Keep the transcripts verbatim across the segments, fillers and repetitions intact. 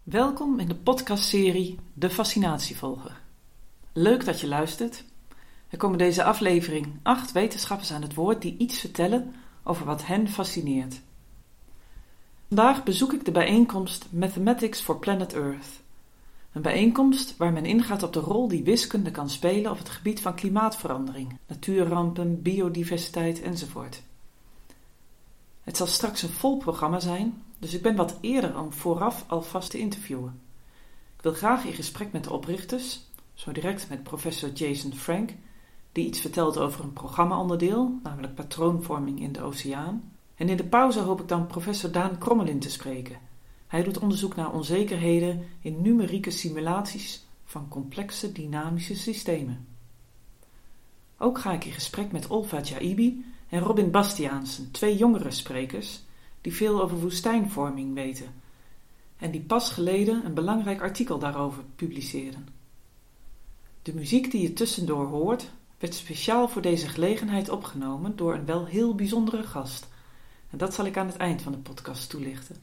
Welkom in de podcastserie De Fascinatievolger. Leuk dat je luistert. Er komen deze aflevering acht wetenschappers aan het woord die iets vertellen over wat hen fascineert. Vandaag bezoek ik de bijeenkomst Mathematics for Planet Earth. Een bijeenkomst waar men ingaat op de rol die wiskunde kan spelen op het gebied van klimaatverandering, natuurrampen, biodiversiteit enzovoort. Het zal straks een vol programma zijn, dus ik ben wat eerder om vooraf alvast te interviewen. Ik wil graag in gesprek met de oprichters, zo direct met professor Jason Frank, die iets vertelt over een programma-onderdeel, namelijk patroonvorming in de oceaan. En in de pauze hoop ik dan professor Daan Crommelin te spreken. Hij doet onderzoek naar onzekerheden in numerieke simulaties van complexe dynamische systemen. Ook ga ik in gesprek met Olfa Jaibi en Robin Bastiaansen, twee jongere sprekers die veel over woestijnvorming weten en die pas geleden een belangrijk artikel daarover publiceerden. De muziek die je tussendoor hoort werd speciaal voor deze gelegenheid opgenomen door een wel heel bijzondere gast. En dat zal ik aan het eind van de podcast toelichten.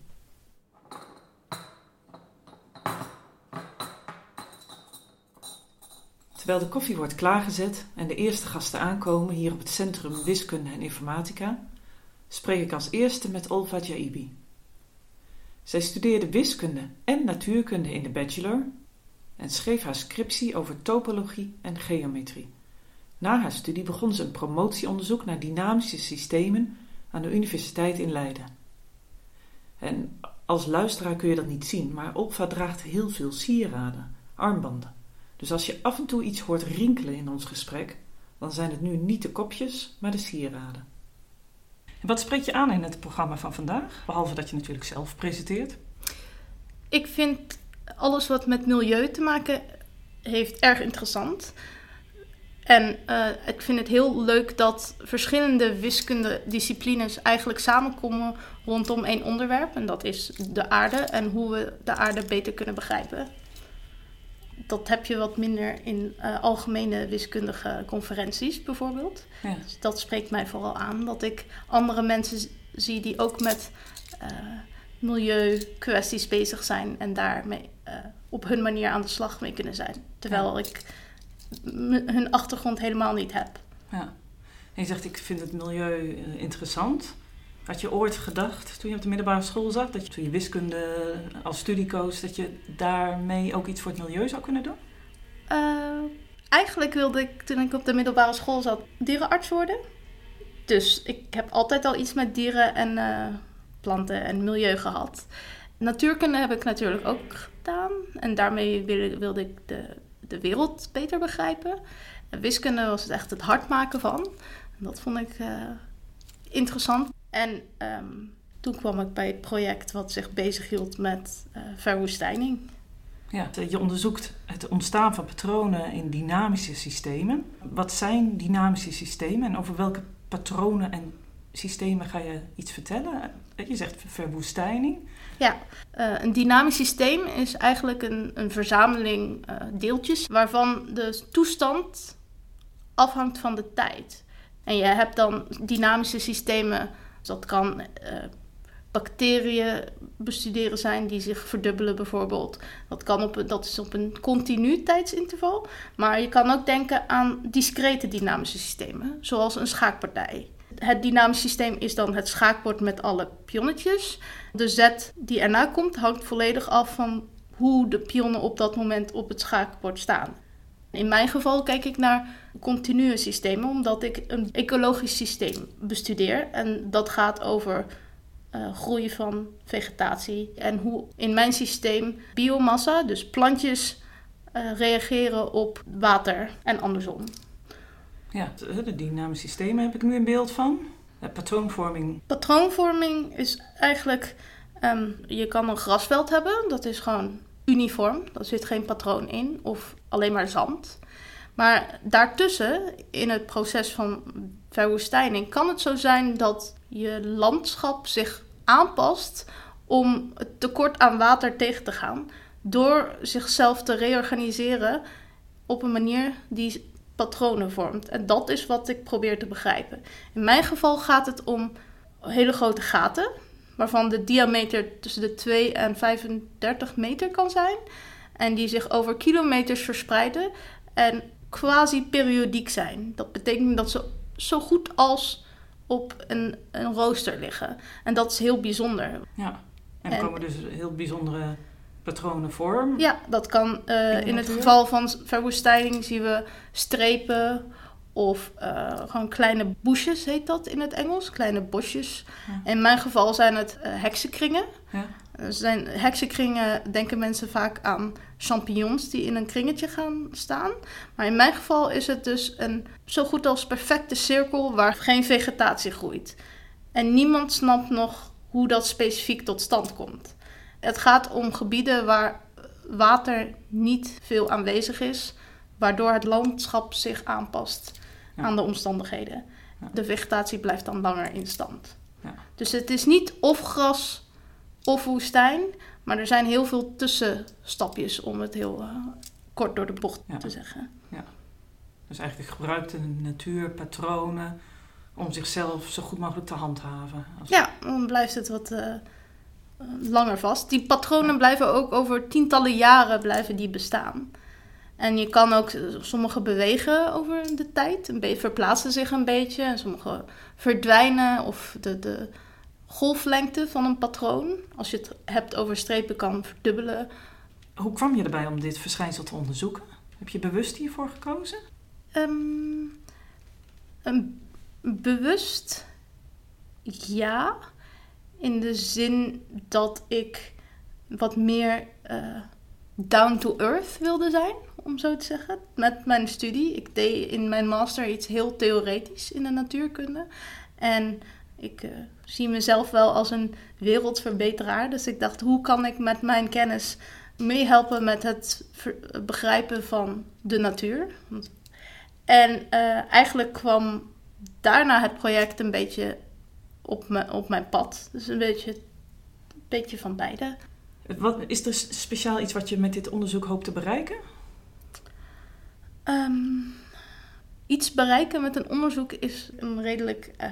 Terwijl de koffie wordt klaargezet en de eerste gasten aankomen hier op het Centrum Wiskunde en Informatica, spreek ik als eerste met Olfa Jaibi. Zij studeerde wiskunde en natuurkunde in de bachelor en schreef haar scriptie over topologie en geometrie. Na haar studie begon ze een promotieonderzoek naar dynamische systemen aan de Universiteit in Leiden. En als luisteraar kun je dat niet zien, maar Olfa draagt heel veel sieraden, armbanden. Dus als je af en toe iets hoort rinkelen in ons gesprek, dan zijn het nu niet de kopjes, maar de sieraden. En wat spreekt je aan in het programma van vandaag? Behalve dat je natuurlijk zelf presenteert. Ik vind alles wat met milieu te maken heeft erg interessant. En uh, ik vind het heel leuk dat verschillende wiskundedisciplines eigenlijk samenkomen rondom één onderwerp. En dat is de aarde en hoe we de aarde beter kunnen begrijpen. Dat heb je wat minder in uh, algemene wiskundige conferenties bijvoorbeeld. Ja. Dus dat spreekt mij vooral aan. Dat ik andere mensen z- zie die ook met uh, milieukwesties bezig zijn. En daarmee uh, op hun manier aan de slag mee kunnen zijn. Terwijl ja. ik m- hun achtergrond helemaal niet heb. Ja. En je zegt ik vind het milieu uh, interessant. Had je ooit gedacht, toen je op de middelbare school zat, dat je toen je wiskunde als studie koos, dat je daarmee ook iets voor het milieu zou kunnen doen? Uh, eigenlijk wilde ik, toen ik op de middelbare school zat, dierenarts worden. Dus ik heb altijd al iets met dieren en uh, planten en milieu gehad. Natuurkunde heb ik natuurlijk ook gedaan. En daarmee wilde, wilde ik de, de wereld beter begrijpen. En wiskunde was het echt het hard maken van. En dat vond ik uh, interessant. En um, toen kwam ik bij het project wat zich bezighield met uh, verwoestijning. Ja, je onderzoekt het ontstaan van patronen in dynamische systemen. Wat zijn dynamische systemen en over welke patronen en systemen ga je iets vertellen? Je zegt verwoestijning. Ja, uh, een dynamisch systeem is eigenlijk een, een verzameling uh, deeltjes waarvan de toestand afhangt van de tijd. En je hebt dan dynamische systemen. Dat kan uh, bacteriën bestuderen zijn die zich verdubbelen bijvoorbeeld. Dat, kan op, dat is op een continu tijdsinterval. Maar je kan ook denken aan discrete dynamische systemen, zoals een schaakpartij. Het dynamisch systeem is dan het schaakbord met alle pionnetjes. De zet die erna komt hangt volledig af van hoe de pionnen op dat moment op het schaakbord staan. In mijn geval kijk ik naar continue systemen, omdat ik een ecologisch systeem bestudeer. En dat gaat over uh, groei van vegetatie en hoe in mijn systeem biomassa, dus plantjes, uh, reageren op water en andersom. Ja, de dynamische systemen heb ik nu in beeld van. De patroonvorming. Patroonvorming is eigenlijk, um, je kan een grasveld hebben, dat is gewoon uniform, daar zit geen patroon in of alleen maar zand. Maar daartussen, in het proces van verwoestijning, kan het zo zijn dat je landschap zich aanpast om het tekort aan water tegen te gaan, door zichzelf te reorganiseren op een manier die patronen vormt. En dat is wat ik probeer te begrijpen. In mijn geval gaat het om hele grote gaten, waarvan de diameter tussen de twee en vijfendertig meter kan zijn. En die zich over kilometers verspreiden en quasi-periodiek zijn. Dat betekent dat ze zo goed als op een, een rooster liggen. En dat is heel bijzonder. Ja, en er komen dus heel bijzondere patronen voor. Ja, dat kan uh, in, in het geval van verwoestijning zien we strepen of uh, gewoon kleine bushes heet dat in het Engels, kleine bosjes. Ja. In mijn geval zijn het uh, heksenkringen. Ja. Er zijn heksenkringen, denken mensen vaak aan champignons die in een kringetje gaan staan. Maar in mijn geval is het dus een zo goed als perfecte cirkel waar geen vegetatie groeit. En niemand snapt nog hoe dat specifiek tot stand komt. Het gaat om gebieden waar water niet veel aanwezig is, waardoor het landschap zich aanpast ja. aan de omstandigheden. Ja. De vegetatie blijft dan langer in stand. Ja. Dus het is niet of gras of woestijn, maar er zijn heel veel tussenstapjes om het heel uh, kort door de bocht ja. te zeggen. Ja. Dus eigenlijk gebruikt de natuur patronen om zichzelf zo goed mogelijk te handhaven. Als... Ja, dan blijft het wat uh, langer vast. Die patronen ja. blijven ook over tientallen jaren blijven die bestaan. En je kan ook, sommige bewegen over de tijd, een beetje, verplaatsen zich een beetje. En sommige verdwijnen of de, de golflengte van een patroon, als je het hebt over strepen, kan verdubbelen. Hoe kwam je erbij om dit verschijnsel te onderzoeken? Heb je bewust hiervoor gekozen? Um, um, bewust ja. In de zin dat ik wat meer uh, down to earth wilde zijn, om zo te zeggen, met mijn studie. Ik deed in mijn master iets heel theoretisch in de natuurkunde. En ik uh, zie mezelf wel als een wereldverbeteraar. Dus ik dacht, hoe kan ik met mijn kennis meehelpen met het ver- begrijpen van de natuur? En uh, eigenlijk kwam daarna het project een beetje op, me, op mijn pad. Dus een beetje, een beetje van beide. Wat, is er speciaal iets wat je met dit onderzoek hoopt te bereiken? Um, iets bereiken met een onderzoek is een redelijk uh,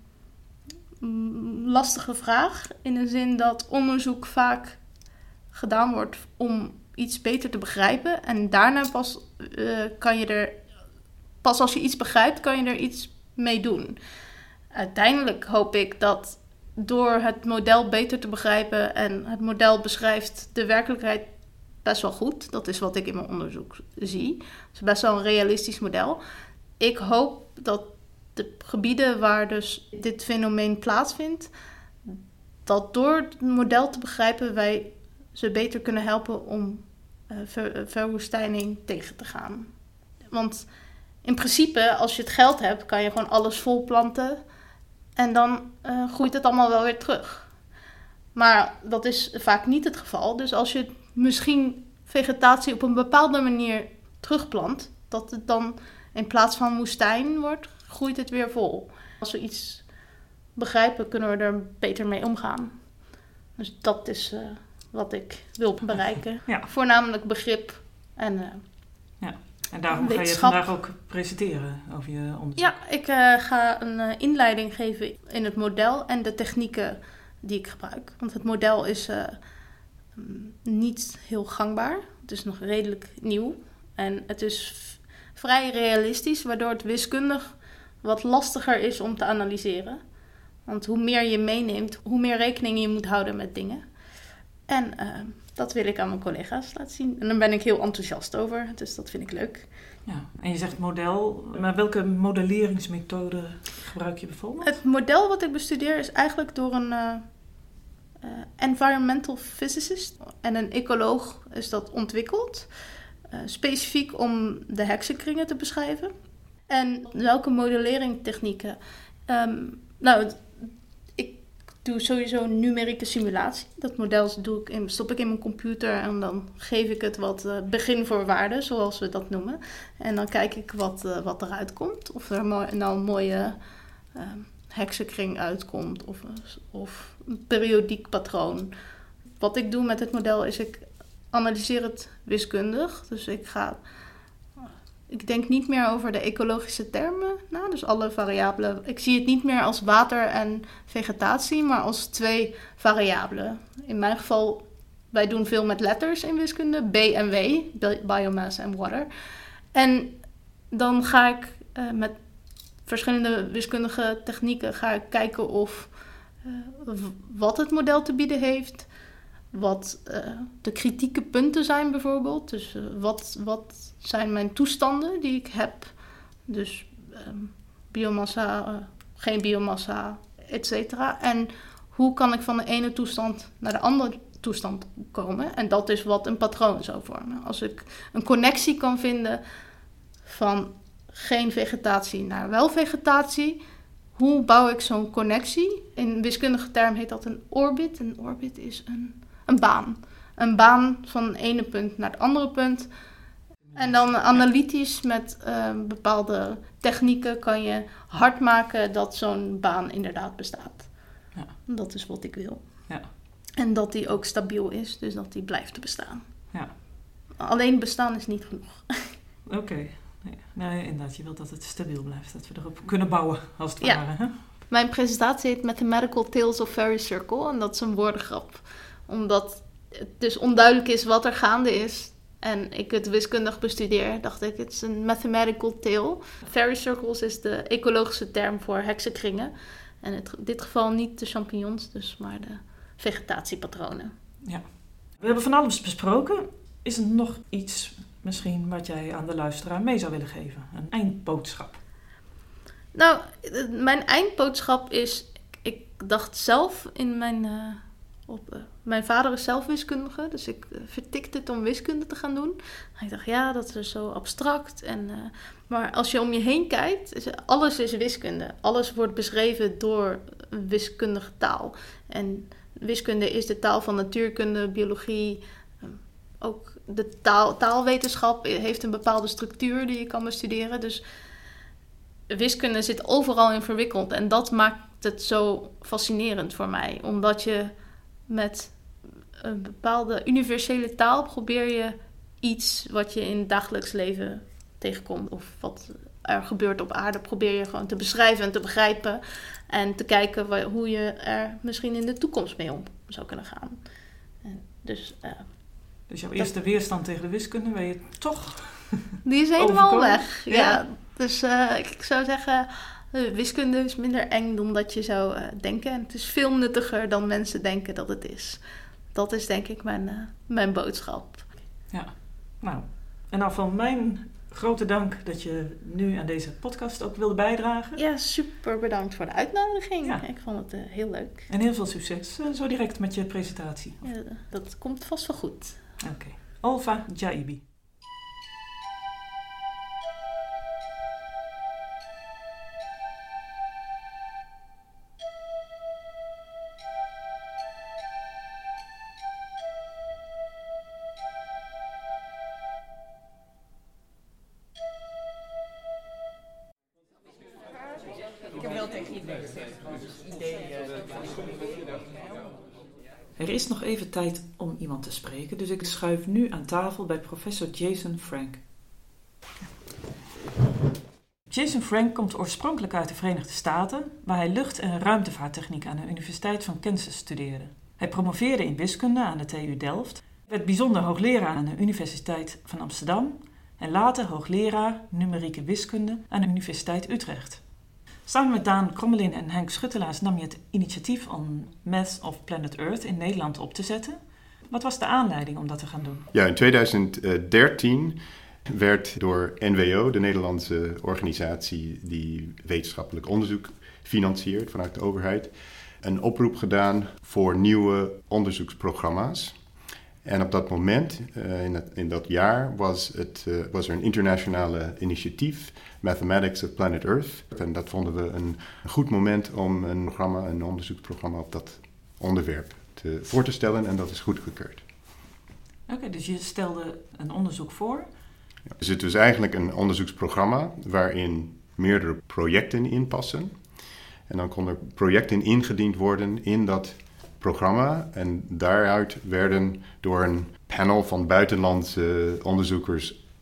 lastige vraag. In de zin dat onderzoek vaak gedaan wordt om iets beter te begrijpen. En daarna pas uh, kan je er... Pas als je iets begrijpt, kan je er iets mee doen. Uiteindelijk hoop ik dat door het model beter te begrijpen, en het model beschrijft de werkelijkheid best wel goed. Dat is wat ik in mijn onderzoek zie. Het is best wel een realistisch model. Ik hoop dat de gebieden waar dus dit fenomeen plaatsvindt, dat door het model te begrijpen wij ze beter kunnen helpen om uh, ver, verwoestijning tegen te gaan. Want in principe, als je het geld hebt, kan je gewoon alles volplanten en dan uh, groeit het allemaal wel weer terug. Maar dat is vaak niet het geval. Dus als je misschien vegetatie op een bepaalde manier terugplant, dat het dan in plaats van woestijn wordt, groeit het weer vol. Als we iets begrijpen, kunnen we er beter mee omgaan. Dus dat is uh, wat ik wil bereiken. Ja. Voornamelijk begrip en uh, ja. En daarom ga je het vandaag ook presenteren over je onderzoek. Ja, ik uh, ga een uh, inleiding geven in het model en de technieken die ik gebruik. Want het model is uh, niet heel gangbaar. Het is nog redelijk nieuw. En het is f- vrij realistisch, waardoor het wiskundig wat lastiger is om te analyseren. Want hoe meer je meeneemt, hoe meer rekening je moet houden met dingen. En uh, dat wil ik aan mijn collega's laten zien. En daar ben ik heel enthousiast over, dus dat vind ik leuk. Ja, en je zegt model, maar welke modelleringsmethode gebruik je bijvoorbeeld? Het model wat ik bestudeer is eigenlijk door een uh, uh, environmental physicist en een ecoloog is dat ontwikkeld. Uh, specifiek om de heksenkringen te beschrijven. En welke modelleringtechnieken? Um, nou, ik doe sowieso een numerieke simulatie. Dat model doe ik in, stop ik in mijn computer en dan geef ik het wat uh, beginvoorwaarden, zoals we dat noemen. En dan kijk ik wat, uh, wat eruit komt. Of er mo- nou een mooie uh, heksenkring uitkomt of, of een periodiek patroon. Wat ik doe met het model is ik analyseer het wiskundig. Dus ik ga... ik denk niet meer over de ecologische termen. Nou, dus alle variabelen. Ik zie het niet meer als water en vegetatie, maar als twee variabelen. In mijn geval, wij doen veel met letters in wiskunde. B en W, biomass en water. En dan ga ik uh, met verschillende wiskundige technieken ga ik kijken of uh, wat het model te bieden heeft. Wat uh, de kritieke punten zijn bijvoorbeeld. Dus uh, wat, wat zijn mijn toestanden die ik heb. Dus um, biomassa, uh, geen biomassa, et cetera. En hoe kan ik van de ene toestand naar de andere toestand komen. En dat is wat een patroon zou vormen. Als ik een connectie kan vinden van geen vegetatie naar wel vegetatie. Hoe bouw ik zo'n connectie? In wiskundige term heet dat een orbit. Een orbit is een... Een baan. Een baan van het ene punt naar het andere punt. En dan analytisch met uh, bepaalde technieken kan je hard maken dat zo'n baan inderdaad bestaat. Ja. Dat is wat ik wil. Ja. En dat die ook stabiel is, dus dat die blijft bestaan. Ja. Alleen bestaan is niet genoeg. Oké. Okay. Nee, nee, inderdaad, je wilt dat het stabiel blijft. Dat we erop kunnen bouwen, als het ja. ware. Hè? Mijn presentatie heet Mathematical Tales of Fairy Circle. En dat is een woordengrap. Omdat het dus onduidelijk is wat er gaande is. En ik het wiskundig bestudeer, dacht ik, het is een mathematical tale. Fairy circles is de ecologische term voor heksenkringen. En in dit geval niet de champignons, dus maar de vegetatiepatronen. Ja. We hebben van alles besproken. Is er nog iets misschien wat jij aan de luisteraar mee zou willen geven? Een eindboodschap? Nou, mijn eindboodschap is... Ik dacht zelf in mijn... Uh, op, uh, mijn vader is zelf wiskundige, dus ik uh, vertikte het om wiskunde te gaan doen. En ik dacht, ja, dat is zo abstract. En, uh, maar als je om je heen kijkt, is, alles is wiskunde. Alles wordt beschreven door een wiskundige taal. En wiskunde is de taal van natuurkunde, biologie. Um, ook de taal, taalwetenschap heeft een bepaalde structuur die je kan bestuderen. Dus wiskunde zit overal in verwikkeld. En dat maakt het zo fascinerend voor mij. Omdat je met een bepaalde universele taal probeer je iets wat je in het dagelijks leven tegenkomt. Of wat er gebeurt op aarde, probeer je gewoon te beschrijven en te begrijpen. En te kijken wa- hoe je er misschien in de toekomst mee om zou kunnen gaan. En dus, uh, dus jouw eerste dat... weerstand tegen de wiskunde, ben je toch die is helemaal overkomen? weg. Ja, ja dus uh, ik, ik zou zeggen, uh, wiskunde is minder eng dan dat je zou uh, denken. En het is veel nuttiger dan mensen denken dat het is. Dat is denk ik mijn, uh, mijn boodschap. Ja, nou. En dan van mijn grote dank dat je nu aan deze podcast ook wilde bijdragen. Ja, super bedankt voor de uitnodiging. Ja. Ik vond het uh, heel leuk. En heel veel succes uh, zo direct met je presentatie. Ja, dat komt vast wel goed. Oké. Okay. Olfa Jaibi. Er is nog even tijd om iemand te spreken, dus ik schuif nu aan tafel bij professor Jason Frank. Jason Frank komt oorspronkelijk uit de Verenigde Staten, waar hij lucht- en ruimtevaarttechniek aan de Universiteit van Kansas studeerde. Hij promoveerde in wiskunde aan de T U Delft, werd bijzonder hoogleraar aan de Universiteit van Amsterdam en later hoogleraar numerieke wiskunde aan de Universiteit Utrecht. Samen met Daan Krommelin en Henk Schuttelaars nam je het initiatief om Math of Planet Earth in Nederland op te zetten. Wat was de aanleiding om dat te gaan doen? Ja, in twintig dertien werd door N W O, de Nederlandse organisatie die wetenschappelijk onderzoek financiert vanuit de overheid, een oproep gedaan voor nieuwe onderzoeksprogramma's. En op dat moment, uh, in, het, in dat jaar, was, het, uh, was er een internationale initiatief, Mathematics of Planet Earth. En dat vonden we een, een goed moment om een programma, een onderzoeksprogramma op dat onderwerp te, voor te stellen. En dat is goedgekeurd. Oké, okay, dus je stelde een onderzoek voor. Ja, dus het is eigenlijk een onderzoeksprogramma waarin meerdere projecten in passen. En dan konden er projecten ingediend worden in dat programma. En daaruit werden door een panel van buitenlandse onderzoekers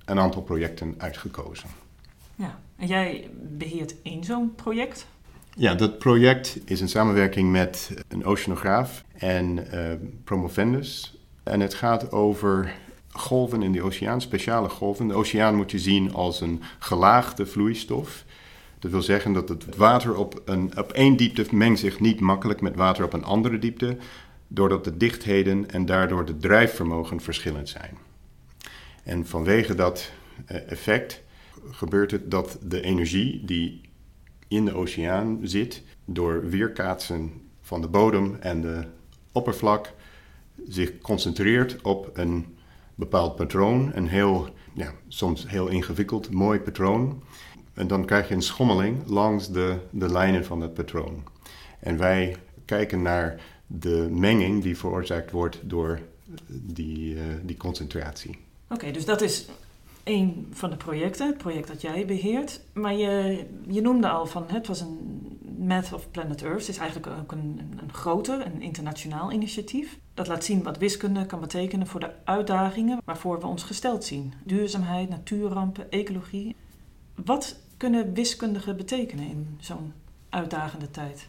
een aantal projecten uitgekozen. Ja, en jij beheert één zo'n project? Ja, dat project is een samenwerking met een oceanograaf en uh, promovendus. En het gaat over golven in de oceaan, speciale golven. De oceaan moet je zien als een gelaagde vloeistof. Dat wil zeggen dat het water op, een, op één diepte mengt zich niet makkelijk met water op een andere diepte, doordat de dichtheden en daardoor de drijfvermogen verschillend zijn. En vanwege dat uh, effect gebeurt het dat de energie die in de oceaan zit, door weerkaatsen van de bodem en de oppervlak, zich concentreert op een bepaald patroon, een heel, ja, soms heel ingewikkeld, mooi patroon. En dan krijg je een schommeling langs de, de lijnen van dat patroon. En wij kijken naar de menging die veroorzaakt wordt door die, uh, die concentratie. Oké, okay, dus dat is een van de projecten, het project dat jij beheert. Maar je, je noemde al van, het was een Math of Planet Earth. Het is eigenlijk ook een, een groter, een internationaal initiatief. Dat laat zien wat wiskunde kan betekenen voor de uitdagingen waarvoor we ons gesteld zien. Duurzaamheid, natuurrampen, ecologie. Wat kunnen wiskundigen betekenen in zo'n uitdagende tijd?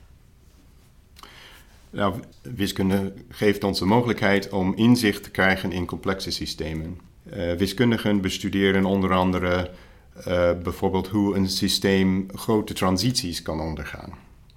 Nou, wiskunde geeft ons de mogelijkheid om inzicht te krijgen in complexe systemen. Uh, wiskundigen bestuderen onder andere uh, bijvoorbeeld hoe een systeem grote transities kan ondergaan.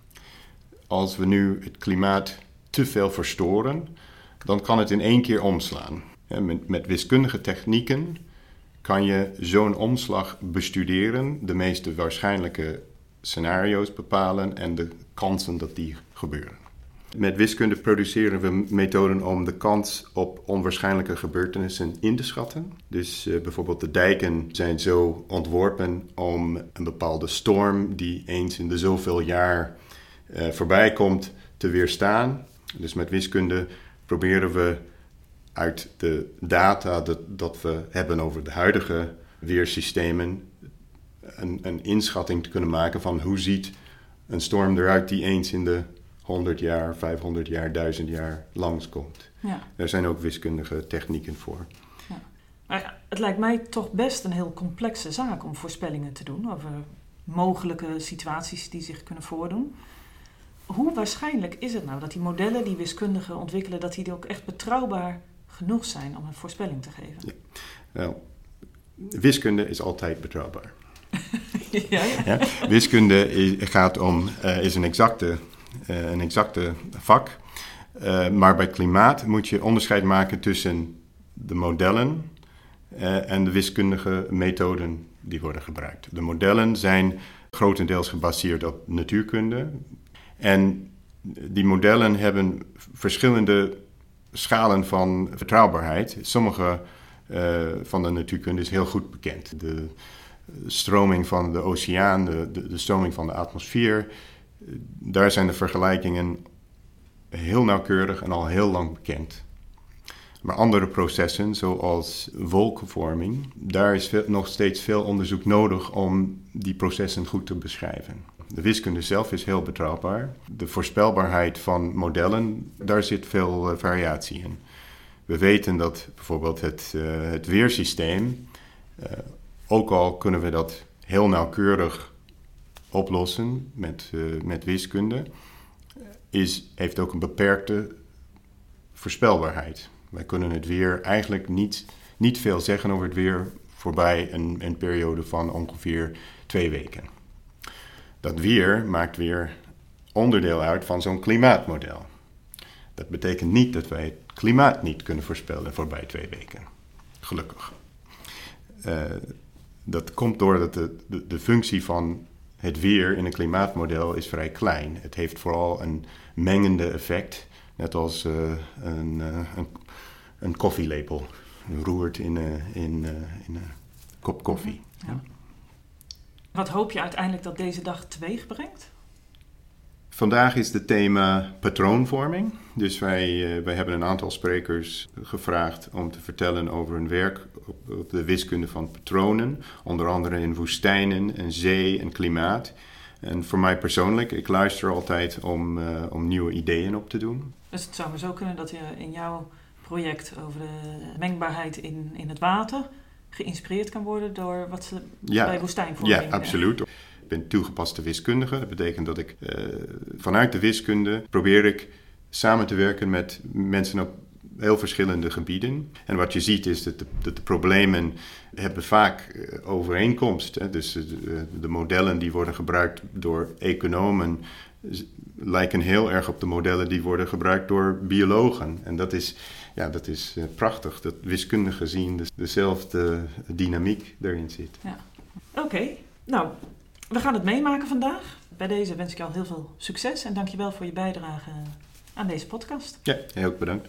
Als we nu het klimaat te veel verstoren, dan kan het in één keer omslaan. Ja, met, met wiskundige technieken kan je zo'n omslag bestuderen, de meest waarschijnlijke scenario's bepalen en de kansen dat die gebeuren. Met wiskunde produceren we methoden om de kans op onwaarschijnlijke gebeurtenissen in te schatten. Dus uh, bijvoorbeeld de dijken zijn zo ontworpen om een bepaalde storm die eens in de zoveel jaar uh, voorbij komt te weerstaan. Dus met wiskunde proberen we uit de data dat, dat we hebben over de huidige weersystemen een, een inschatting te kunnen maken van hoe ziet een storm eruit die eens in de honderd jaar, vijfhonderd jaar, duizend jaar langskomt. Ja. Er zijn ook wiskundige technieken voor. Ja. Maar het lijkt mij toch best een heel complexe zaak om voorspellingen te doen over mogelijke situaties die zich kunnen voordoen. Hoe waarschijnlijk is het nou dat die modellen die wiskundigen ontwikkelen, dat die ook echt betrouwbaar genoeg zijn om een voorspelling te geven? Ja. Nou, wiskunde is altijd betrouwbaar. ja, ja. Ja, wiskunde is, gaat om, uh, is een exacte, uh, een exacte vak. Uh, maar bij klimaat moet je onderscheid maken tussen de modellen uh, en de wiskundige methoden die worden gebruikt. De modellen zijn grotendeels gebaseerd op natuurkunde. En die modellen hebben verschillende schalen van vertrouwbaarheid. Sommige uh, van de natuurkunde is heel goed bekend. De stroming van de oceaan, de, de, de stroming van de atmosfeer. Daar zijn de vergelijkingen heel nauwkeurig en al heel lang bekend. Maar andere processen, zoals wolkenvorming, daar is veel, nog steeds veel onderzoek nodig om die processen goed te beschrijven. De wiskunde zelf is heel betrouwbaar. De voorspelbaarheid van modellen, daar zit veel uh, variatie in. We weten dat bijvoorbeeld het, uh, het weersysteem, uh, ook al kunnen we dat heel nauwkeurig oplossen met, uh, met wiskunde, is, heeft ook een beperkte voorspelbaarheid. Wij kunnen het weer eigenlijk niet, niet veel zeggen over het weer voorbij een, een periode van ongeveer twee weken. Dat weer maakt weer onderdeel uit van zo'n klimaatmodel. Dat betekent niet dat wij het klimaat niet kunnen voorspellen voorbij twee weken. Gelukkig. Uh, dat komt doordat de, de, de functie van het weer in een klimaatmodel is vrij klein. Het heeft vooral een mengende effect, net als uh, een, uh, een, een koffielepel. Je roert in, uh, in, uh, in een kop koffie. Ja. Wat hoop je uiteindelijk dat deze dag teweeg brengt? Vandaag is het thema patroonvorming. Dus wij, uh, wij hebben een aantal sprekers gevraagd om te vertellen over hun werk op de wiskunde van patronen. Onder andere in woestijnen en zee en klimaat. En voor mij persoonlijk, ik luister altijd om, uh, om nieuwe ideeën op te doen. Dus het zou maar zo kunnen dat je in jouw project over de mengbaarheid in, in het water geïnspireerd kan worden door wat ze ja, bij woestijnvorming... Ja, absoluut. Ik ben toegepaste wiskundige. Dat betekent dat ik uh, vanuit de wiskunde probeer ik samen te werken met mensen op heel verschillende gebieden. En wat je ziet is dat de, dat de problemen hebben vaak uh, overeenkomst. Hè? Dus uh, de, de modellen die worden gebruikt door economen lijken heel erg op de modellen die worden gebruikt door biologen. En dat is, ja, dat is uh, prachtig, dat wiskundig gezien dus dezelfde dynamiek erin zit. Ja. Oké, okay. Nou, we gaan het meemaken vandaag. Bij deze wens ik je al heel veel succes en dank je wel voor je bijdrage aan deze podcast. Ja, heel erg bedankt.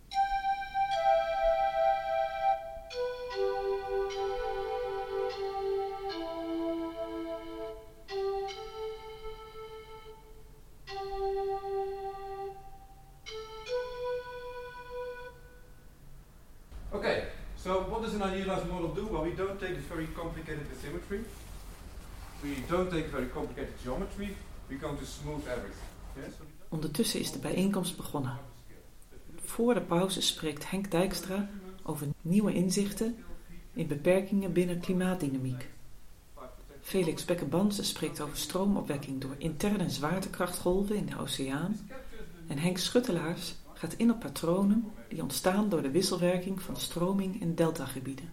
Okay, so what does an idealized model do? Well, we don't take this very complicated symmetry. We don't take very complicated geometry. We're going to smooth everything. Yes? Ondertussen is de bijeenkomst begonnen. Voor de pauze spreekt Henk Dijkstra over nieuwe inzichten in beperkingen binnen klimaatdynamiek. Felix Bekker-Banse spreekt over stroomopwekking door interne zwaartekrachtgolven in de oceaan. En Henk Schuttelaars gaat in op patronen die ontstaan door de wisselwerking van stroming in deltagebieden.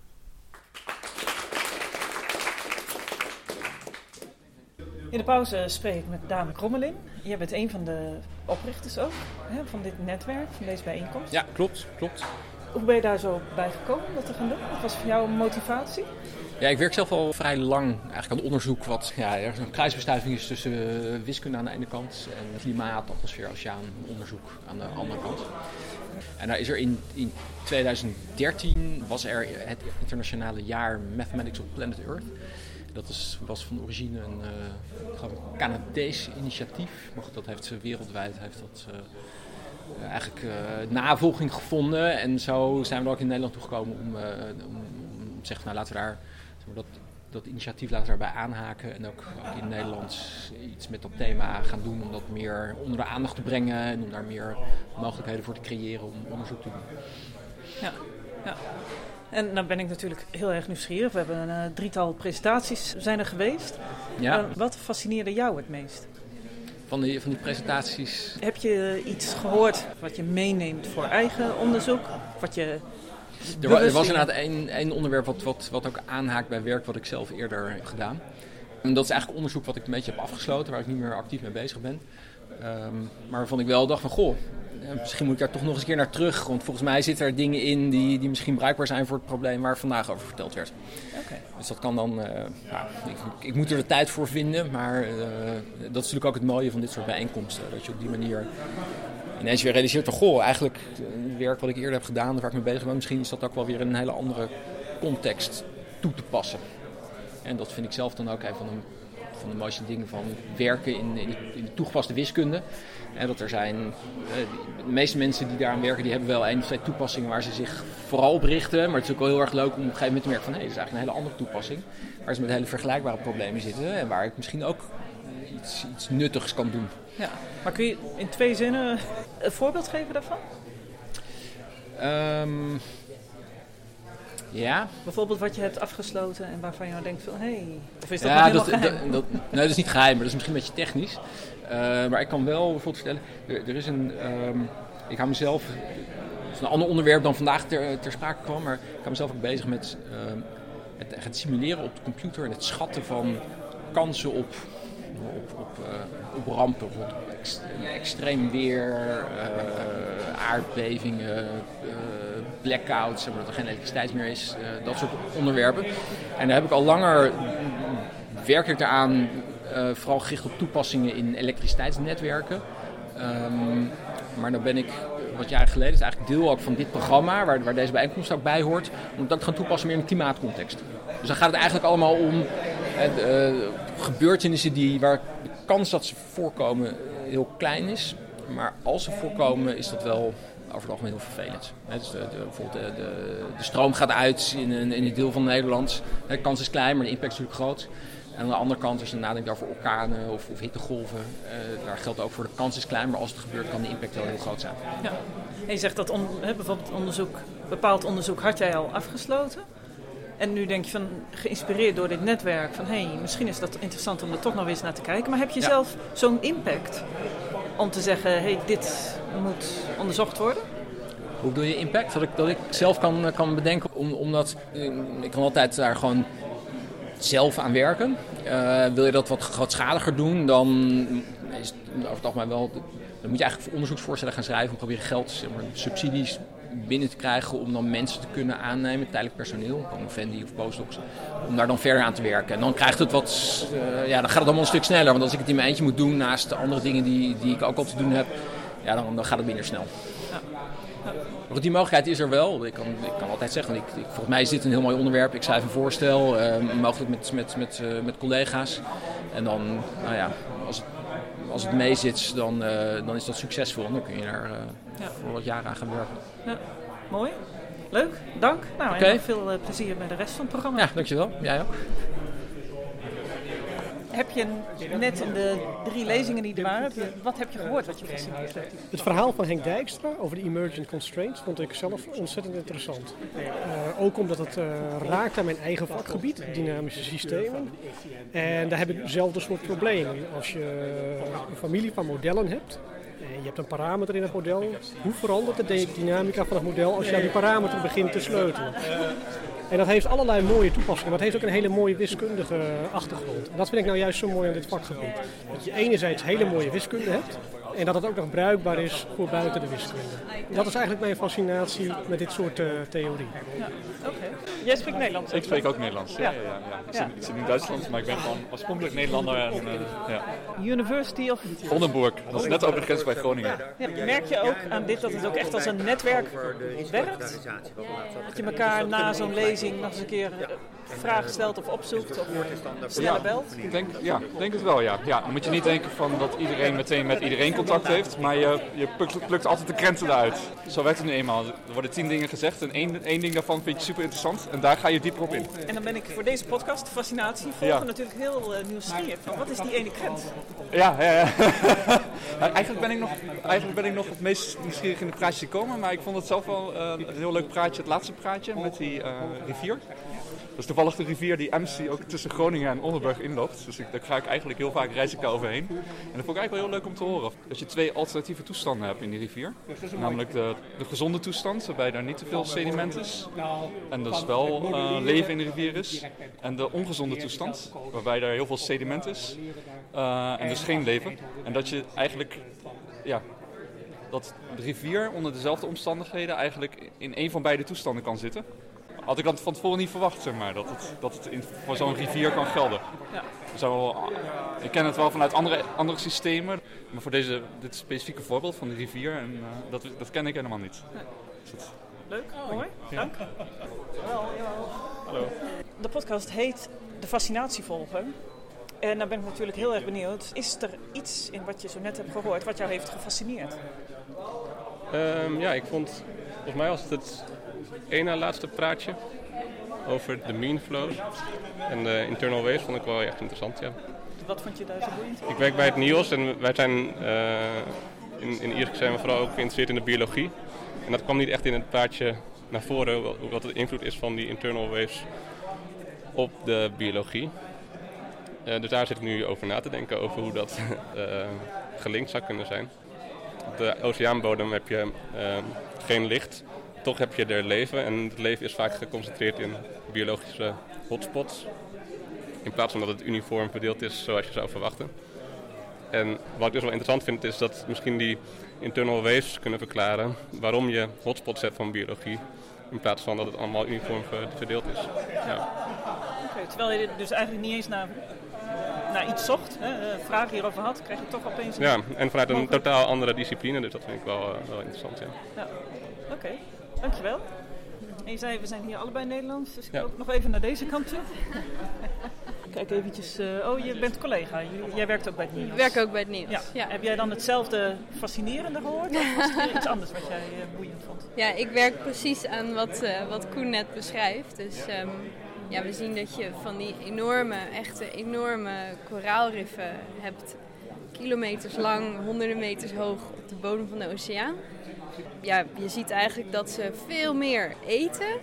In de pauze spreek ik met Daan Krommelin. Jij bent een van de oprichters ook, hè, van dit netwerk, van deze bijeenkomst. Ja, klopt, klopt. Hoe ben je daar zo bij gekomen om dat te gaan doen? Wat was voor jou een motivatie? Ja, ik werk zelf al vrij lang eigenlijk aan onderzoek wat ja, er een kruisbestuiving is tussen uh, wiskunde aan de ene kant en klimaat, atmosfeer, oceaan onderzoek aan de andere kant. En daar is er in, in twintig dertien was er het internationale jaar Mathematics of Planet Earth. Dat is, was van origine een, uh, ik geloof een Canadees initiatief, maar goed, dat heeft wereldwijd heeft dat, uh, eigenlijk uh, navolging gevonden. En zo zijn we er ook in Nederland toegekomen om, uh, om, om te zeggen, nou laten we daar zeg maar, dat, dat initiatief laten we daarbij aanhaken. En ook, ook in Nederland iets met dat thema gaan doen om dat meer onder de aandacht te brengen en om daar meer mogelijkheden voor te creëren om onderzoek te doen. Ja, ja. En dan ben ik natuurlijk heel erg nieuwsgierig. We hebben een uh, drietal presentaties zijn er geweest. Ja. Uh, wat fascineerde jou het meest? Van die, van die presentaties? Heb je iets gehoord wat je meeneemt voor eigen onderzoek? Wat je er, wa- er was inderdaad één, één onderwerp wat, wat, wat ook aanhaakt bij werk wat ik zelf eerder heb gedaan. En dat is eigenlijk onderzoek wat ik een beetje heb afgesloten, waar ik niet meer actief mee bezig ben. Um, maar waarvan ik wel dacht van, goh, misschien moet ik daar toch nog eens een keer naar terug. Want volgens mij zitten er dingen in die, die misschien bruikbaar zijn voor het probleem waar vandaag over verteld werd. Okay. Dus dat kan dan, uh, ja, ik, ik moet er de tijd voor vinden. Maar uh, dat is natuurlijk ook het mooie van dit soort bijeenkomsten. Dat je op die manier ineens weer realiseert van, goh, eigenlijk het werk wat ik eerder heb gedaan, waar ik mee bezig ben, misschien is dat ook wel weer in een hele andere context toe te passen. En dat vind ik zelf dan ook een van de, van de mooiste dingen van werken in, in, in de toegepaste wiskunde. En dat er zijn, de meeste mensen die daaraan werken, die hebben wel één of twee toepassingen waar ze zich vooral op richten. Maar het is ook wel heel erg leuk om op een gegeven moment te merken van, hé, hey, dat is eigenlijk een hele andere toepassing. Waar ze met hele vergelijkbare problemen zitten en waar ik misschien ook iets, iets nuttigs kan doen. Ja, maar kun je in twee zinnen een voorbeeld geven daarvan? Um, Ja. Bijvoorbeeld wat je hebt afgesloten en waarvan je nou denkt van, hé, hey, of is dat ja, nog helemaal dat, geheim? Dat, dat, nee, dat is niet geheim, maar dat is misschien een beetje technisch. Uh, maar ik kan wel bijvoorbeeld vertellen, er, er is een, um, ik hou mezelf, dat is een ander onderwerp dan vandaag ter, ter sprake kwam, maar ik hou mezelf ook bezig met uh, het, het simuleren op de computer en het schatten van kansen op, op, op, uh, op rampen, op ex, extreem weer, uh, aardbevingen, uh, blackouts, dat er geen elektriciteit meer is, uh, dat soort onderwerpen. En daar heb ik al langer, werk ik eraan, uh, vooral gericht op toepassingen in elektriciteitsnetwerken. Um, maar dan ben ik, wat jaren geleden, is eigenlijk deel ook van dit programma, waar, waar deze bijeenkomst ook bij hoort, om dat te gaan toepassen meer in een klimaatcontext. Dus dan gaat het eigenlijk allemaal om uh, uh, gebeurtenissen die, waar de kans dat ze voorkomen heel klein is. Maar als ze voorkomen, is dat wel over het algemeen heel vervelend. He, dus de, de, bijvoorbeeld de, de, de stroom gaat uit in een, in een deel van Nederland. De kans is klein, maar de impact is natuurlijk groot. En aan de andere kant, als je nadenkt over orkanen of, of hittegolven, uh, daar geldt ook voor de kans is klein, maar als het gebeurt kan de impact wel heel groot zijn. Ja. En je zegt dat on, he, bijvoorbeeld onderzoek, bepaald onderzoek had jij al afgesloten. En nu denk je van, geïnspireerd door dit netwerk, van hé, hey, misschien is dat interessant om er toch nog eens naar te kijken. Maar heb je ja. zelf zo'n impact om te zeggen, hé, hey, dit moet onderzocht worden? Hoe bedoel je impact? Dat ik, dat ik zelf kan, kan bedenken, om, omdat ik kan altijd daar gewoon zelf aan werken. Uh, wil je dat wat grootschaliger doen, dan is het over het algemeen wel... Dan moet je eigenlijk onderzoeksvoorstellen gaan schrijven om proberen geld, zeg maar, subsidies binnen te krijgen om dan mensen te kunnen aannemen, tijdelijk personeel, gewoon Vendi of postdocs, om daar dan verder aan te werken. En dan krijgt het wat, uh, ja, dan gaat het allemaal een stuk sneller. Want als ik het in mijn eentje moet doen naast de andere dingen die, die ik ook al te doen heb, ja, dan, dan gaat het minder snel. Ja. Ja. Maar goed, die mogelijkheid is er wel. Ik kan, ik kan altijd zeggen, ik, ik, volgens mij is dit een heel mooi onderwerp. Ik schrijf een voorstel, uh, mogelijk met, met, met, uh, met collega's. En dan, nou ja, als het, als het mee zit, dan, uh, dan is dat succesvol. En dan kun je daar uh, ja. voor wat jaren aan gaan werken. Ja, mooi. Leuk, dank. Nou, okay. En veel uh, plezier met de rest van het programma. Ja, dankjewel. Jij ook. Heb je net in de drie lezingen die er waren, wat heb je gehoord wat je fascineert? Het verhaal van Henk Dijkstra over de emergent constraints vond ik zelf ontzettend interessant. Uh, ook omdat het uh, raakt aan mijn eigen vakgebied, dynamische systemen. En daar heb ik hetzelfde soort problemen. Als je een familie van modellen hebt en je hebt een parameter in het model, hoe verandert de dynamica van het model als je aan die parameter begint te sleutelen? En dat heeft allerlei mooie toepassingen, maar het heeft ook een hele mooie wiskundige achtergrond. En dat vind ik nou juist zo mooi aan dit vakgebied. Dat je enerzijds hele mooie wiskunde hebt en dat het ook nog bruikbaar is voor buiten de wiskunde. Dat is eigenlijk mijn fascinatie met dit soort uh, theorie. Ja, oké. Okay. Jij spreekt Nederlands? Ik spreek ook Nederlands, ja. ja, ja, ja. Ik, zit, ik zit in Duitsland, maar ik ben gewoon oorspronkelijk Nederlander. En, uh, ja. University of... Oldenburg, dat is net over de grens bij Groningen. Ja, merk je ook aan dit dat het ook echt als een netwerk werkt? Dat je elkaar na zo'n lezing nog eens een keer vragen stelt of opzoekt of sneller belt? Ja, ik denk, ja, denk het wel, ja. ja. Dan moet je niet denken van dat iedereen meteen met iedereen contact heeft, maar je, je plukt, plukt altijd de krenten eruit. Zo werkt het nu eenmaal. Er worden tien dingen gezegd en één, één ding daarvan vind je super interessant en daar ga je dieper op in. En dan ben ik voor deze podcast, de fascinatie, volgen ja. natuurlijk heel uh, nieuwsgierig van wat is die ene krent? Ja, ja, ja. eigenlijk, ben ik nog, eigenlijk ben ik nog het meest nieuwsgierig in de praatjes gekomen, maar ik vond het zelf wel uh, een heel leuk praatje, het laatste praatje met die uh, rivier. Dat is toevallig de rivier die Ems die ook tussen Groningen en Oldenburg inloopt. Dus ik, daar ga ik eigenlijk heel vaak reis ik daar overheen. En dat vond ik eigenlijk wel heel leuk om te horen. Dat je twee alternatieve toestanden hebt in die rivier. Namelijk de, de gezonde toestand, waarbij er niet te veel sediment is. En dus wel uh, leven in de rivier is. En de ongezonde toestand, waarbij er heel veel sediment is. Uh, en dus geen leven. En dat je eigenlijk... ja, dat de rivier onder dezelfde omstandigheden eigenlijk in één van beide toestanden kan zitten. Had ik dat van tevoren niet verwacht, zeg maar, dat het, dat het in, voor zo'n rivier kan gelden. Ja. Zo, ik ken het wel vanuit andere, andere systemen, maar voor deze, dit specifieke voorbeeld van de rivier, en, uh, dat, dat ken ik helemaal niet. Nee. Dus het... Leuk, mooi, ja. Dank. Jawel, jawel. Hallo. De podcast heet De Fascinatie Volgen. En dan ben ik natuurlijk heel erg benieuwd, is er iets in wat je zo net hebt gehoord wat jou heeft gefascineerd? Um, ja, ik vond, volgens mij was het het één na laatste praatje over de mean flows en de internal waves vond ik wel echt interessant, ja. Wat vond je daar zo boeiend? Ik werk bij het N I O S en wij zijn uh, in, in Iersk zijn we vooral ook geïnteresseerd in de biologie. En dat kwam niet echt in het praatje naar voren, wat de invloed is van die internal waves op de biologie. Uh, dus daar zit ik nu over na te denken, over hoe dat uh, gelinkt zou kunnen zijn. Op de oceaanbodem heb je uh, geen licht. Toch heb je er leven en het leven is vaak geconcentreerd in biologische hotspots. In plaats van dat het uniform verdeeld is zoals je zou verwachten. En wat ik dus wel interessant vind is dat misschien die internal waves kunnen verklaren waarom je hotspots hebt van biologie. In plaats van dat het allemaal uniform verdeeld is. Ja. Okay, terwijl je dus eigenlijk niet eens naar, naar iets zocht, hè, uh, vragen hierover had, krijg je toch opeens... Ja, en vanuit een totaal andere discipline, dus dat vind ik wel, uh, wel interessant. Ja. Ja. Oké. Okay. Dankjewel. En je zei, we zijn hier allebei Nederlands, dus ik ja. loop nog even naar deze kant toe. Kijk eventjes, uh, oh je bent collega, J- jij werkt ook bij het N I O S. Ik werk ook bij het N I O S, ja. ja. Heb jij dan hetzelfde fascinerende gehoord of was er iets anders wat jij uh, boeiend vond? Ja, ik werk precies aan wat, uh, wat Koen net beschrijft. Dus um, ja, we zien dat je van die enorme, echte enorme koraalriffen hebt, kilometers lang, honderden meters hoog op de bodem van de oceaan. Ja, je ziet eigenlijk dat ze veel meer eten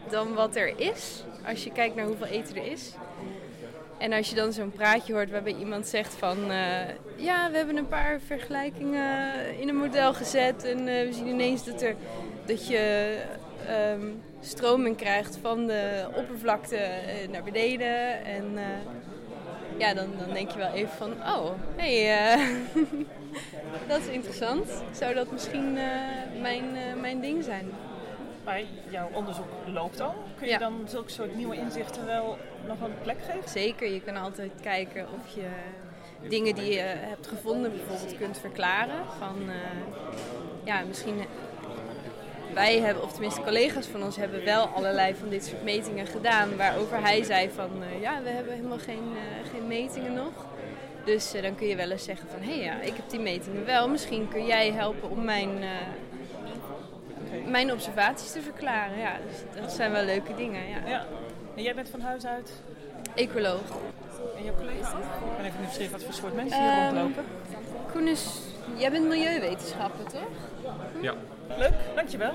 dan wat er is. Als je kijkt naar hoeveel eten er is. En als je dan zo'n praatje hoort waarbij iemand zegt van... Uh, ja, we hebben een paar vergelijkingen in een model gezet. En uh, we zien ineens dat, er, dat je um, stroming krijgt van de oppervlakte uh, naar beneden. En uh, ja, dan, dan denk je wel even van... Oh, hé, hey, uh, dat is interessant. Zou dat misschien uh, mijn, uh, mijn ding zijn? Maar jouw onderzoek loopt al. Kun je ja. dan zulke soort nieuwe inzichten wel nog een plek geven? Zeker, je kan altijd kijken of je dingen die je hebt gevonden bijvoorbeeld kunt verklaren. Van, uh, ja, misschien wij hebben, of tenminste collega's van ons hebben wel allerlei van dit soort metingen gedaan. Waarover hij zei van, uh, ja, we hebben helemaal geen, uh, geen metingen nog. Dus uh, dan kun je wel eens zeggen van, hé hey, ja, ik heb die metingen wel. Misschien kun jij helpen om mijn... Uh, Mijn observaties te verklaren, ja. Dus dat zijn wel leuke dingen, ja. ja. En jij bent van huis uit? Ecoloog. En jouw collega's? Ik ben even nieuwsgierig wat voor soort mensen hier um, rondlopen. Koen is... Jij bent milieuwetenschapper, toch? Ja. Leuk, dankjewel.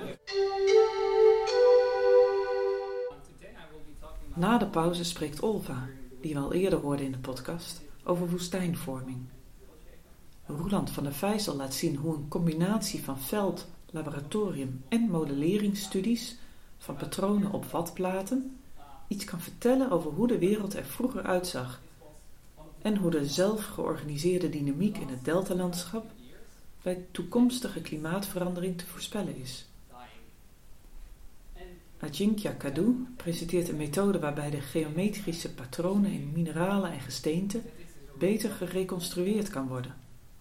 Na de pauze spreekt Olva, die we al eerder hoorden in de podcast, over woestijnvorming. Roeland van der Vijzel laat zien hoe een combinatie van veld, laboratorium en modelleringsstudies van patronen op watplaten iets kan vertellen over hoe de wereld er vroeger uitzag en hoe de zelfgeorganiseerde dynamiek in het deltalandschap bij toekomstige klimaatverandering te voorspellen is. Ajinkya Kadu presenteert een methode waarbij de geometrische patronen in mineralen en gesteenten beter gereconstrueerd kan worden.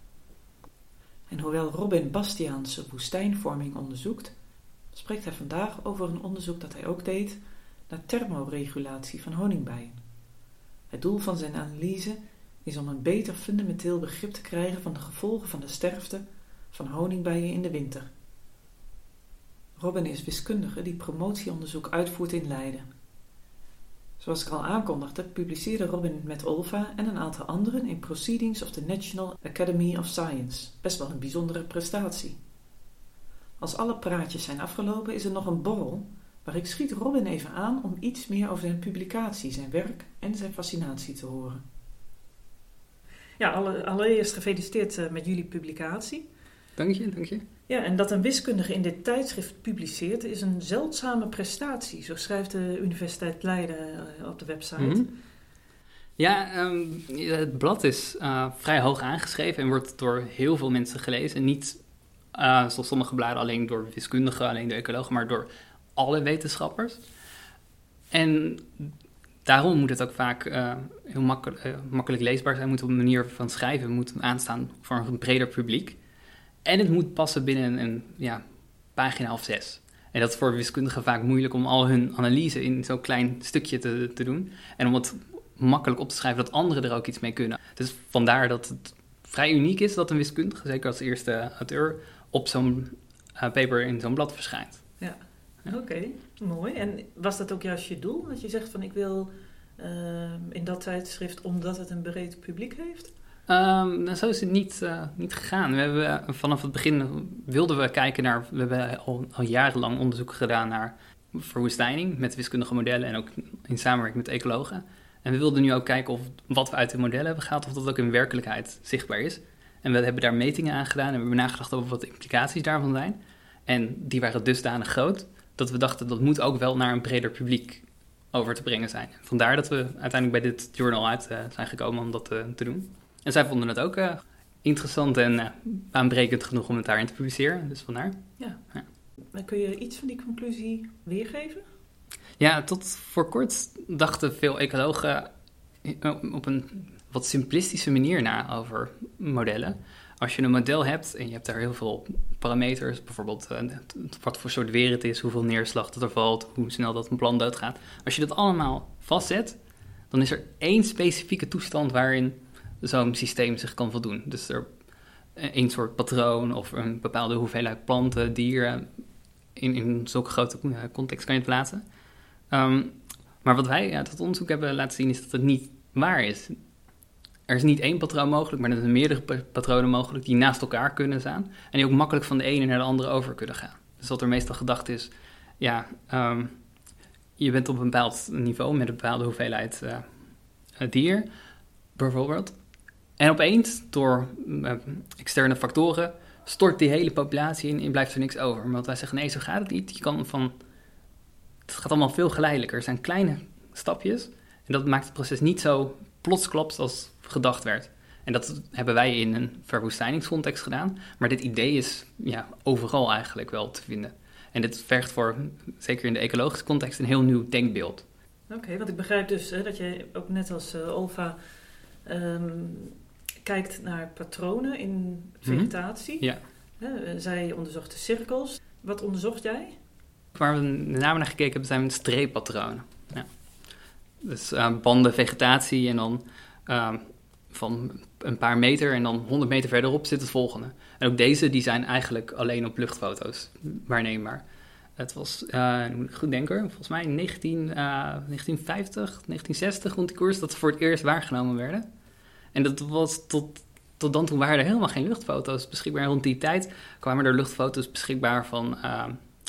En hoewel Robin Bastiaanse woestijnvorming onderzoekt, spreekt hij vandaag over een onderzoek dat hij ook deed naar thermoregulatie van honingbijen. Het doel van zijn analyse is om een beter fundamenteel begrip te krijgen van de gevolgen van de sterfte van honingbijen in de winter. Robin is wiskundige die promotieonderzoek uitvoert in Leiden. Zoals ik al aankondigde, publiceerde Robin met Olva en een aantal anderen in Proceedings of the National Academy of Science. Best wel een bijzondere prestatie. Als alle praatjes zijn afgelopen is er nog een borrel, maar ik schiet Robin even aan om iets meer over zijn publicatie, zijn werk en zijn fascinatie te horen. Ja, alle, allereerst gefeliciteerd uh, met jullie publicatie. Dank je, dank je. Ja, en dat een wiskundige in dit tijdschrift publiceert is een zeldzame prestatie. Zo schrijft de Universiteit Leiden uh, op de website. Mm-hmm. Ja, um, het blad is uh, vrij hoog aangeschreven en wordt door heel veel mensen gelezen. En niet uh, zoals sommige bladen alleen door wiskundigen, alleen door ecologen, maar door alle wetenschappers. En daarom moet het ook vaak uh, heel makkelijk, uh, makkelijk leesbaar zijn. Het moet op een manier van schrijven moet aanstaan voor een breder publiek. En het moet passen binnen een, een ja, pagina of zes. En dat is voor wiskundigen vaak moeilijk om al hun analyse in zo'n klein stukje te, te doen. En om het makkelijk op te schrijven dat anderen er ook iets mee kunnen. Dus vandaar dat het vrij uniek is dat een wiskundige, zeker als eerste auteur, op zo'n uh, paper in zo'n blad verschijnt. Ja, ja. Oké, okay, mooi. En was dat ook juist je doel? Dat je zegt van ik wil uh, in dat tijdschrift omdat het een breed publiek heeft? Um, nou, zo is het niet, uh, niet gegaan. We hebben, uh, vanaf het begin wilden we kijken naar... We hebben al, al jarenlang onderzoek gedaan naar verwoestijning met wiskundige modellen en ook in samenwerking met ecologen. En we wilden nu ook kijken of wat we uit de modellen hebben gehaald, of dat ook in werkelijkheid zichtbaar is. En we hebben daar metingen aan gedaan en we hebben nagedacht over wat de implicaties daarvan zijn. En die waren dusdanig groot dat we dachten dat moet ook wel naar een breder publiek over te brengen zijn. Vandaar dat we uiteindelijk bij dit journal uit uh, zijn gekomen om dat uh, te doen. En zij vonden het ook uh, interessant en uh, aanbrekend genoeg om het daarin te publiceren. Dus vandaar. Ja. Ja. Maar kun je iets van die conclusie weergeven? Ja, tot voor kort dachten veel ecologen op een wat simplistische manier na over modellen. Als je een model hebt en je hebt daar heel veel parameters, bijvoorbeeld uh, wat voor soort weer het is, hoeveel neerslag dat er valt, hoe snel dat een plant doodgaat. Als je dat allemaal vastzet, dan is er één specifieke toestand waarin zo'n systeem zich kan voldoen. Dus er één soort patroon of een bepaalde hoeveelheid planten, dieren, in, in zulke grote context kan je het plaatsen. Um, maar wat wij uit het onderzoek hebben laten zien is dat het niet waar is. Er is niet één patroon mogelijk, maar er zijn meerdere patronen mogelijk die naast elkaar kunnen staan en die ook makkelijk van de ene naar de andere over kunnen gaan. Dus wat er meestal gedacht is, ja, um, je bent op een bepaald niveau met een bepaalde hoeveelheid uh, dier, bijvoorbeeld. En opeens, door uh, externe factoren, stort die hele populatie in en blijft er niks over. Want wij zeggen, nee, zo gaat het niet. Je kan van... Het gaat allemaal veel geleidelijker. Er zijn kleine stapjes. En dat maakt het proces niet zo plotsklaps als gedacht werd. En dat hebben wij in een verwoestijningscontext gedaan. Maar dit idee is ja, overal eigenlijk wel te vinden. En dit vergt voor, zeker in de ecologische context, een heel nieuw denkbeeld. Oké, okay, want ik begrijp dus hè, dat je ook net als uh, Olfa um, kijkt naar patronen in vegetatie. Mm-hmm. Ja. Hè, zij onderzocht de cirkels. Wat onderzocht jij? Waar we met name naar gekeken hebben zijn streeppatronen. Ja. Dus uh, banden vegetatie en dan uh, van een paar meter en dan honderd meter verderop zit het volgende. En ook deze die zijn eigenlijk alleen op luchtfoto's waarneembaar. Het was, uh, ik moet goed denken, volgens mij negentien, uh, negentien vijftig, negentien zestig rond die koers dat ze voor het eerst waargenomen werden. En dat was tot, tot dan toe waren er helemaal geen luchtfoto's beschikbaar. Rond die tijd kwamen er luchtfoto's beschikbaar van... Uh,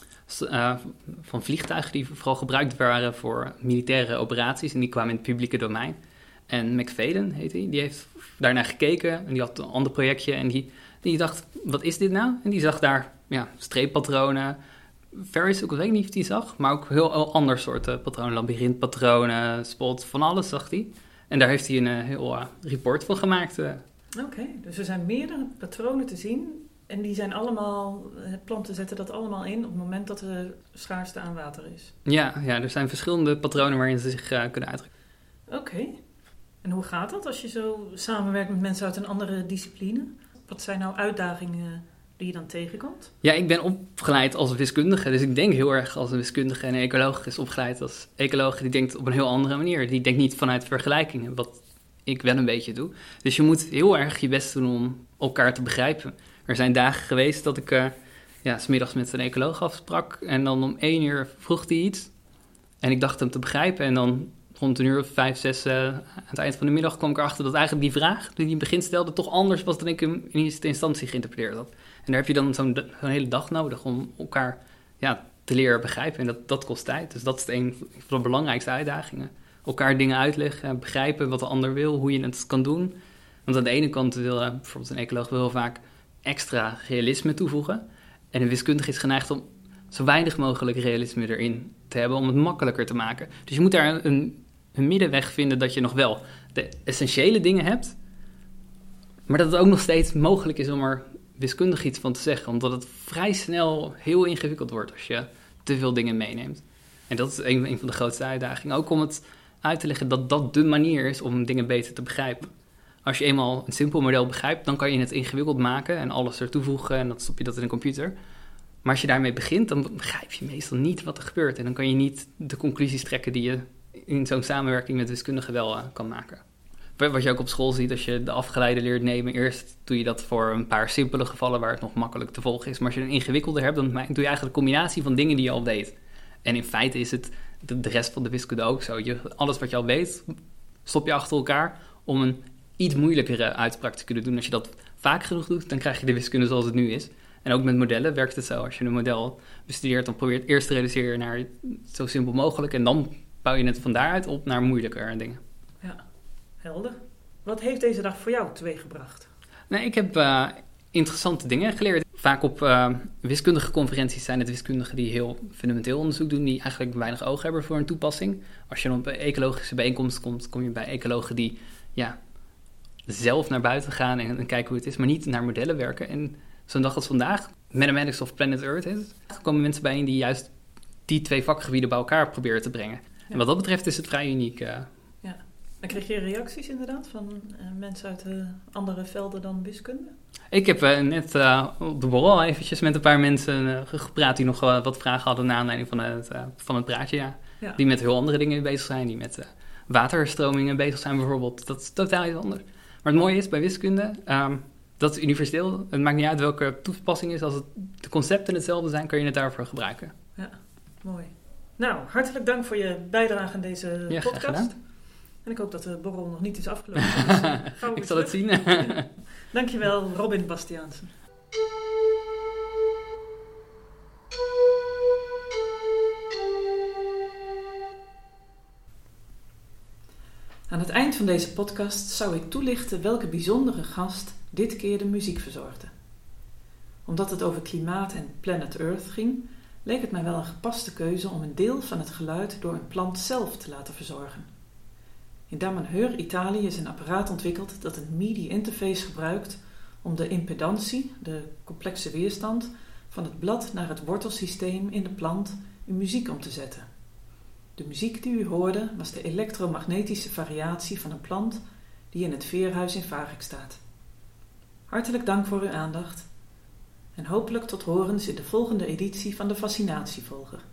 Uh, van vliegtuigen die vooral gebruikt waren voor militaire operaties en die kwamen in het publieke domein. En McFadden heet hij, die heeft daarnaar gekeken en die had een ander projectje en die, die dacht, wat is dit nou? En die zag daar ja, streeppatronen, Ferris, ik weet niet of die zag, maar ook heel, heel ander soorten patronen, labyrintpatronen, spot, van alles zag hij. En daar heeft hij een uh, heel uh, report van gemaakt. Uh. Oké, okay, dus er zijn meerdere patronen te zien. En die zijn allemaal, planten zetten dat allemaal in op het moment dat er schaarste aan water is. Ja, ja er zijn verschillende patronen waarin ze zich uh, kunnen uitdrukken. Oké. Okay. En hoe gaat dat als je zo samenwerkt met mensen uit een andere discipline? Wat zijn nou uitdagingen die je dan tegenkomt? Ja, ik ben opgeleid als wiskundige, dus ik denk heel erg als een wiskundige. En een ecoloog is opgeleid als ecoloog, die denkt op een heel andere manier. Die denkt niet vanuit vergelijkingen, wat ik wel een beetje doe. Dus je moet heel erg je best doen om elkaar te begrijpen. Er zijn dagen geweest dat ik uh, ja, 's middags met een ecoloog afsprak. En dan om één uur vroeg hij iets. En ik dacht hem te begrijpen. En dan rond een uur of vijf, zes uh, aan het eind van de middag kwam ik erachter dat eigenlijk die vraag die hij in het begin stelde toch anders was dan ik hem in eerste instantie geïnterpreteerd had. En daar heb je dan zo'n, zo'n hele dag nodig om elkaar ja, te leren begrijpen. En dat, dat kost tijd. Dus dat is een van de belangrijkste uitdagingen. Elkaar dingen uitleggen, begrijpen wat de ander wil, hoe je het kan doen. Want aan de ene kant wil uh, bijvoorbeeld een ecoloog wil heel vaak extra realisme toevoegen. En een wiskundige is geneigd om zo weinig mogelijk realisme erin te hebben, om het makkelijker te maken. Dus je moet daar een, een middenweg vinden dat je nog wel de essentiële dingen hebt, maar dat het ook nog steeds mogelijk is om er wiskundig iets van te zeggen, omdat het vrij snel heel ingewikkeld wordt als je te veel dingen meeneemt. En dat is een, een van de grootste uitdagingen. Ook om het uit te leggen dat dat de manier is om dingen beter te begrijpen. Als je eenmaal een simpel model begrijpt, dan kan je het ingewikkeld maken en alles er toevoegen en dan stop je dat in een computer. Maar als je daarmee begint, dan begrijp je meestal niet wat er gebeurt. En dan kan je niet de conclusies trekken die je in zo'n samenwerking met wiskundigen wel uh, kan maken. Wat je ook op school ziet, als je de afgeleide leert nemen, eerst doe je dat voor een paar simpele gevallen waar het nog makkelijk te volgen is. Maar als je een ingewikkelde hebt, dan doe je eigenlijk een combinatie van dingen die je al weet. En in feite is het de, de rest van de wiskunde ook zo. Je, alles wat je al weet, stop je achter elkaar om een iets moeilijkere uitspraak te kunnen doen. Als je dat vaak genoeg doet, dan krijg je de wiskunde zoals het nu is. En ook met modellen werkt het zo. Als je een model bestudeert, dan probeer je het eerst te reduceren naar zo simpel mogelijk. En dan bouw je het van daaruit op naar moeilijker dingen. Ja, helder. Wat heeft deze dag voor jou teweeggebracht? Nee, ik heb uh, interessante dingen geleerd. Vaak op uh, wiskundige conferenties zijn het wiskundigen die heel fundamenteel onderzoek doen, die eigenlijk weinig oog hebben voor een toepassing. Als je dan op een ecologische bijeenkomst komt, kom je bij ecologen die ja, zelf naar buiten gaan en, en kijken hoe het is, maar niet naar modellen werken. En zo'n dag als vandaag, Mathematics of Planet Earth heet het, er komen mensen bijeen die juist die twee vakgebieden bij elkaar proberen te brengen. Ja. En wat dat betreft is het vrij uniek. Uh. Ja. En kreeg je reacties inderdaad van uh, mensen uit uh, andere velden dan wiskunde? Ik heb uh, net uh, op de borrel eventjes met een paar mensen uh, gepraat die nog uh, wat vragen hadden naar aanleiding van het, uh, van het praatje. Ja. Ja. Die met heel andere dingen bezig zijn, die met uh, waterstromingen bezig zijn bijvoorbeeld. Dat is totaal iets anders. Maar het mooie is bij wiskunde, um, dat is universeel. Het maakt niet uit welke toepassing is. Als het, de concepten hetzelfde zijn, kun je het daarvoor gebruiken. Ja, mooi. Nou, hartelijk dank voor je bijdrage aan deze ja, podcast. En ik hoop dat de borrel nog niet is afgelopen. Dus, uh, ik zal het zien. Dankjewel, Robin Bastiaansen. het eind van deze podcast zou ik toelichten welke bijzondere gast dit keer de muziek verzorgde. Omdat het over klimaat en planet Earth ging, leek het mij wel een gepaste keuze om een deel van het geluid door een plant zelf te laten verzorgen. In Damanheur, Italië, is een apparaat ontwikkeld dat een MIDI-interface gebruikt om de impedantie, de complexe weerstand, van het blad naar het wortelsysteem in de plant in muziek om te zetten. De muziek die u hoorde was de elektromagnetische variatie van een plant die in het veerhuis in Vagerik staat. Hartelijk dank voor uw aandacht en hopelijk tot horens in de volgende editie van de Fascinatievolger.